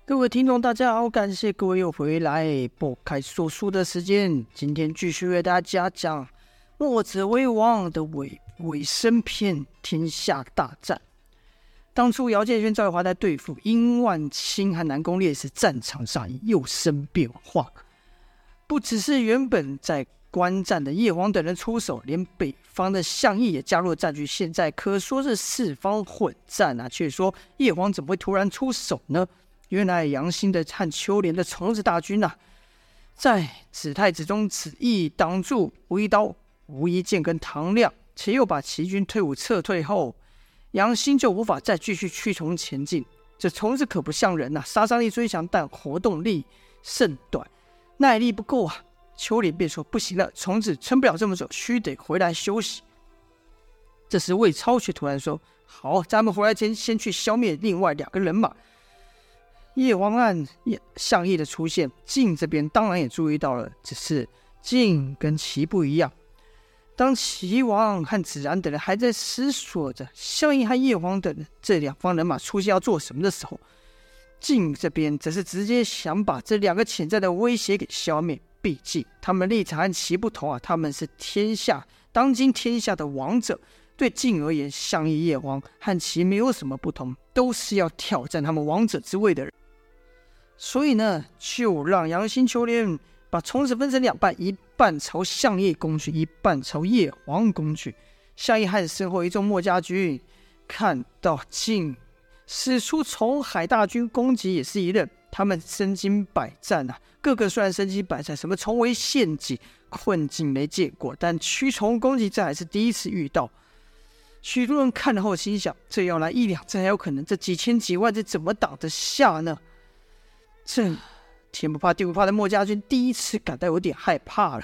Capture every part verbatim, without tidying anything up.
各位听众大家好，感谢各位又回来拨开说书的时间。今天继续为大家讲墨者为王的尾尾声篇，天下大战。当初姚建轩、赵月华在对付殷万清和南宫烈时，战场上又生变化，不只是原本在观战的叶皇等人出手，连北方的项义也加入了战局。现在可说是四方混战啊！却说叶皇怎么会突然出手呢？原来杨兴的和秋莲的虫子大军啊，在子太子中子义挡住吴一刀、吴一剑跟唐亮，且又把齐军退伍撤退后，杨兴就无法再继续驱虫前进。这虫子可不像人啊，杀伤力虽强，但活动力甚短，耐力不够啊。秋莲便说不行了，虫子撑不了这么久，须得回来休息。这时魏超却突然说：好，咱们回来前先去消灭另外两个人马。叶王和项义的出现，晋这边当然也注意到了，只是晋跟齐不一样。当齐王和子然等人还在思索着项义和叶王等这两方人马出现要做什么的时候，晋这边则是直接想把这两个潜在的威胁给消灭。毕竟他们立场和齐不同啊，他们是天下当今天下的王者。对晋而言，项义、叶王和齐没有什么不同，都是要挑战他们王者之位的人。所以呢，就让杨兴、秋莲把虫子分成两半，一半朝项义攻去，一半朝叶皇攻去。项义和身后一众墨家军看到晋使出虫海大军攻击，也是一愣。他们身经百战啊，个个虽然身经百战，什么虫为陷阱、困境没见过，但驱虫攻击这还是第一次遇到。许多人看了后心想，这要来一两阵还有可能，这几千几万这怎么挡得下呢？这天不怕地不怕的墨家军第一次感到有点害怕了。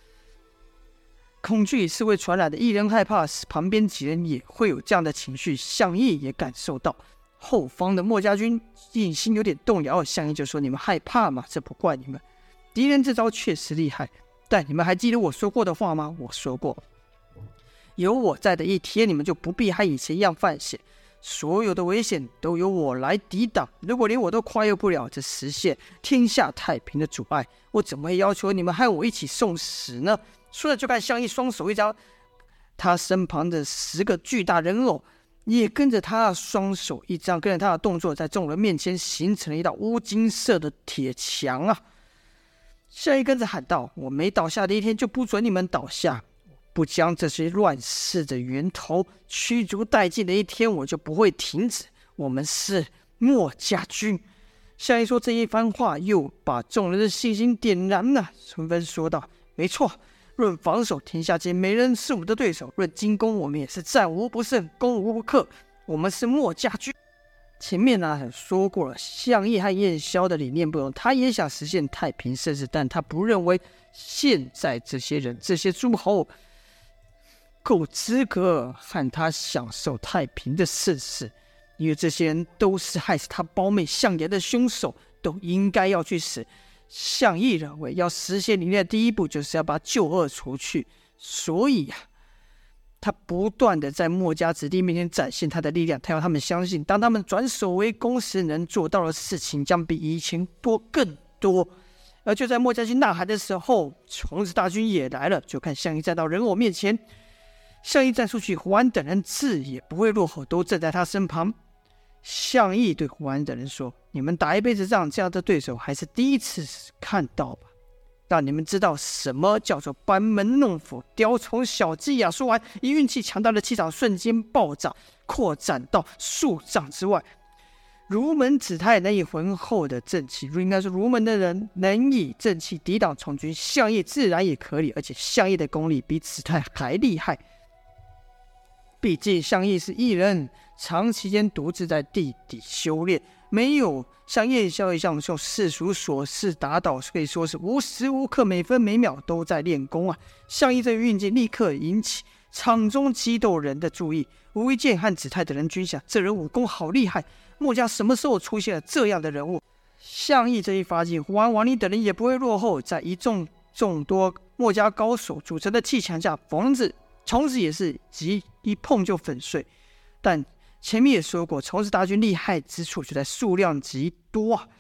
恐惧是会传染的，一人害怕时，旁边几人也会有这样的情绪。项义也感受到后方的墨家军信心有点动摇，项义就说：你们害怕吗？这不怪你们，敌人这招确实厉害，但你们还记得我说过的话吗？我说过，有我在的一天，你们就不必和以前一样犯险，所有的危险都由我来抵挡。如果连我都跨越不了这实现天下太平的阻碍，我怎么会要求你们和我一起送死呢？说了就看项义双手一张，他身旁的十个巨大人偶也跟着他双手一张，跟着他的动作，在众人面前形成了一道乌金色的铁墙啊！项义跟着喊道：我没倒下的一天，就不准你们倒下。不将这些乱世的源头驱逐殆尽的一天，我就不会停止。我们是墨家军。项义说这一番话，又把众人的信心点燃了。纷纷说道：没错，论防守，天下间没人是我们的对手；论进攻，我们也是战无不胜，攻无不克。我们是墨家军。前面呢、啊、说过了，项义和燕萧的理念不同，他也想实现太平盛世，但他不认为现在这些人、这些诸侯够资格和他享受太平的盛世，因为这些人都是害死他胞妹项言的凶手，都应该要去死。项义认为，要实现理念的第一步就是要把旧恶除去，所以啊，他不断的在墨家子弟面前展现他的力量，他要他们相信，当他们转守为攻时，能做到的事情将比以前多更多。而就在墨家军呐喊的时候，虫子大军也来了，就看项义站到人偶面前。项义站出去，胡安等人自也不会落后，都站在他身旁。项义对胡安等人说：你们打一辈子仗，这样的对手还是第一次看到吧，让你们知道什么叫做班门弄斧、雕虫小技啊！说完，以运气强大的气场瞬间暴涨，扩展到数丈之外。儒门子太能以浑厚的正气，应该说儒门的人能以正气抵挡从军，项义自然也可以，而且项义的功力比子太还厉害。毕竟项义是一人，长期间独自在地底修炼，没有像燕萧一样用世俗琐事打倒，可以说是无时无刻每分每秒都在练功啊。项义这运镜立刻引起场中激斗人的注意，吴一剑和子太等人均想，这人武功好厉害，墨家什么时候出现了这样的人物？项义这一发劲，胡安、王林等人也不会落后，在一众众多墨家高手组成的气墙下，冯子虫子也是急一碰就粉碎。但前面也说过，虫子大军厉害之处就在数量极多啊，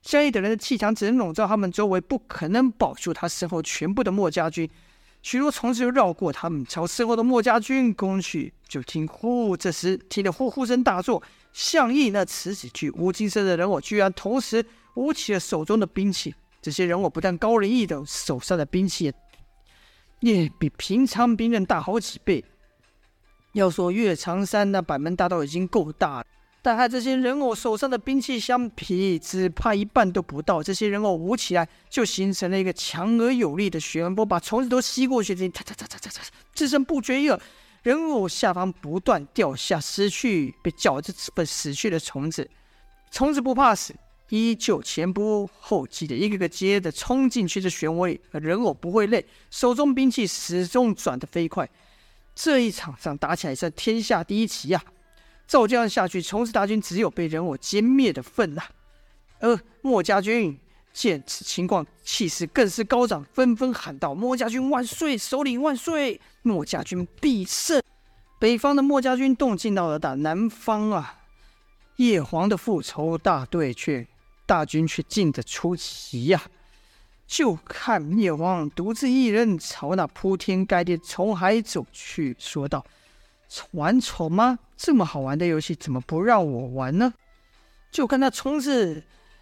江一等人的气场只能笼罩他们周围，不可能保住他身后全部的墨家军。许多虫子就绕过他们，朝身后的墨家军攻去。就听呼，这时听得呼呼声大作，象翼那雌几具乌金色的人偶居然同时舞起了手中的兵器。这些人偶不但高人一等，手上的兵器也也比平常兵刃大好几倍。要说岳长山那百门大刀已经够大了，但和这些人偶手上的兵器相比，只怕一半都不到。这些人偶舞起来，就形成了一个强而有力的漩涡波，把虫子都吸过去，嚓嚓嚓嚓嚓嚓，之声不绝于耳。人偶下方不断掉下失去被绞着死去的虫子，虫子不怕死，依旧前仆后继的一个个接着冲进去这漩涡里，而人偶不会累，手中兵器始终转得飞快。这一场仗打起来算天下第一奇呀、啊！照这样下去，虫子大军只有被人偶歼灭的份了、啊。而墨家军见此情况，气势更是高涨，纷纷喊道：“墨家军万岁！首领万岁！墨家军必胜！”北方的墨家军动静闹得大，南方啊，叶皇的复仇大队却大军却进得出奇呀、啊！就看叶皇独自一人朝那铺天盖地的虫海走去，说道：“玩虫吗？这么好玩的游戏，怎么不让我玩呢？”就看那虫子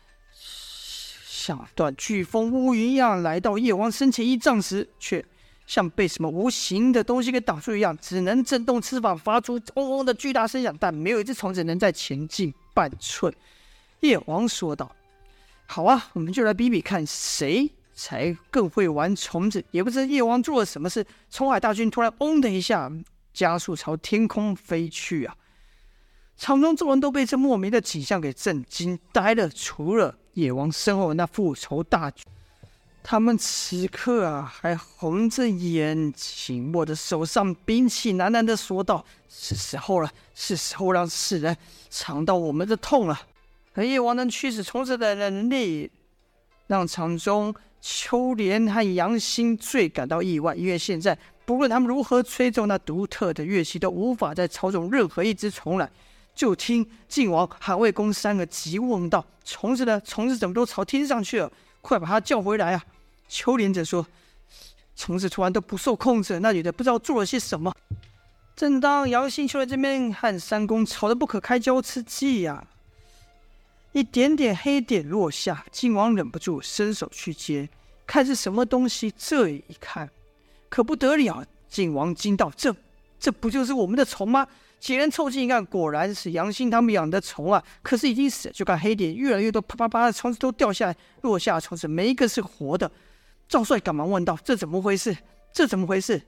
像段飓风乌云一样来到叶王身前一丈时，却像被什么无形的东西给挡住一样，只能震动翅膀，发出嗡嗡的巨大声响，但没有一只虫子能再前进半寸。叶王说道：“好啊，我们就来比比看谁才更会玩虫子。”也不知叶王做了什么事，虫海大军突然嗡的一下加速朝天空飞去啊！场中众人都被这莫名的景象给震惊呆了，除了叶王身后的那复仇大军，他们此刻啊还红着眼睛，握着手上兵器，喃喃地说道：“是时候了，是时候让世人尝到我们的痛了。”而叶王能驱使虫子的能力，让场中秋莲和杨欣最感到意外，因为现在不论他们如何吹奏那独特的乐器，都无法再操纵任何一只虫来。就听晋王、韩魏公三个急问道：“虫子呢？虫子怎么都朝天上去了？快把它叫回来啊！”秋莲则说：“虫子突然都不受控制，那女的不知道做了些什么。”正当杨欣、秋莲这边和三公吵得不可开交之际呀、啊，一点点黑点落下，晋王忍不住伸手去接，看是什么东西。这一看，可不得了！晋王惊道：“这这不就是我们的虫吗？”几人凑近一看，果然是杨欣他们养的虫啊，可是已经死了。就看黑点越来越多，啪啪啪的虫子都掉下来，落下的虫子没一个是活的。赵帅赶忙问道：“这怎么回事？这怎么回事？”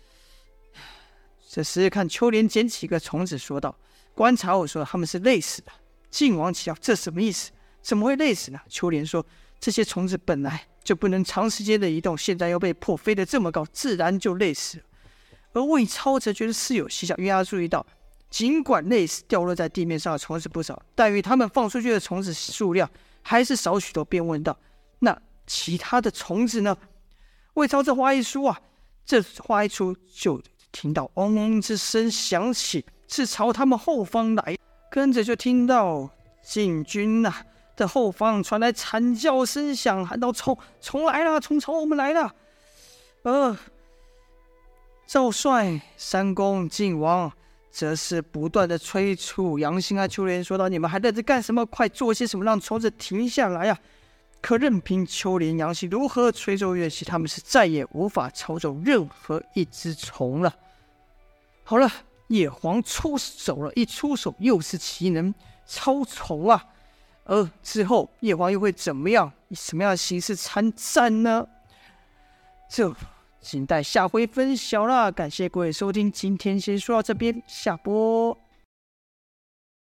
这时看秋莲捡起一个虫子，说道：“观察我说他们是累死的。”晋王奇道：“这什么意思？怎么会累死呢？”秋莲说：“这些虫子本来就不能长时间的移动，现在又被迫飞得这么高，自然就累死了。”而魏超则觉得事有蹊跷，因为他注意到，尽管累死掉落在地面上的虫子不少，但与他们放出去的虫子数量还是少许多，便问道：“那其他的虫子呢？”魏超这话一说啊，这话一出，就听到嗡嗡之声响起，是朝他们后方来，跟着就听到晋军啊的后方传来惨叫声响，喊道：“虫虫来了，虫朝我们来了！”呃。赵帅、三公、晋王则是不断的催促杨欣和秋莲，说道：“你们还在这干什么？快做些什么让虫子停下来啊！”可任凭秋莲、杨欣如何吹奏乐器，他们是再也无法操纵任何一只虫了。好了，叶皇出手了，一出手又是奇能操虫啊！而之后叶皇又会怎么样，以什么样的形式参战呢？这请待下回分晓啦！感谢各位收听，今天先说到这边，下播。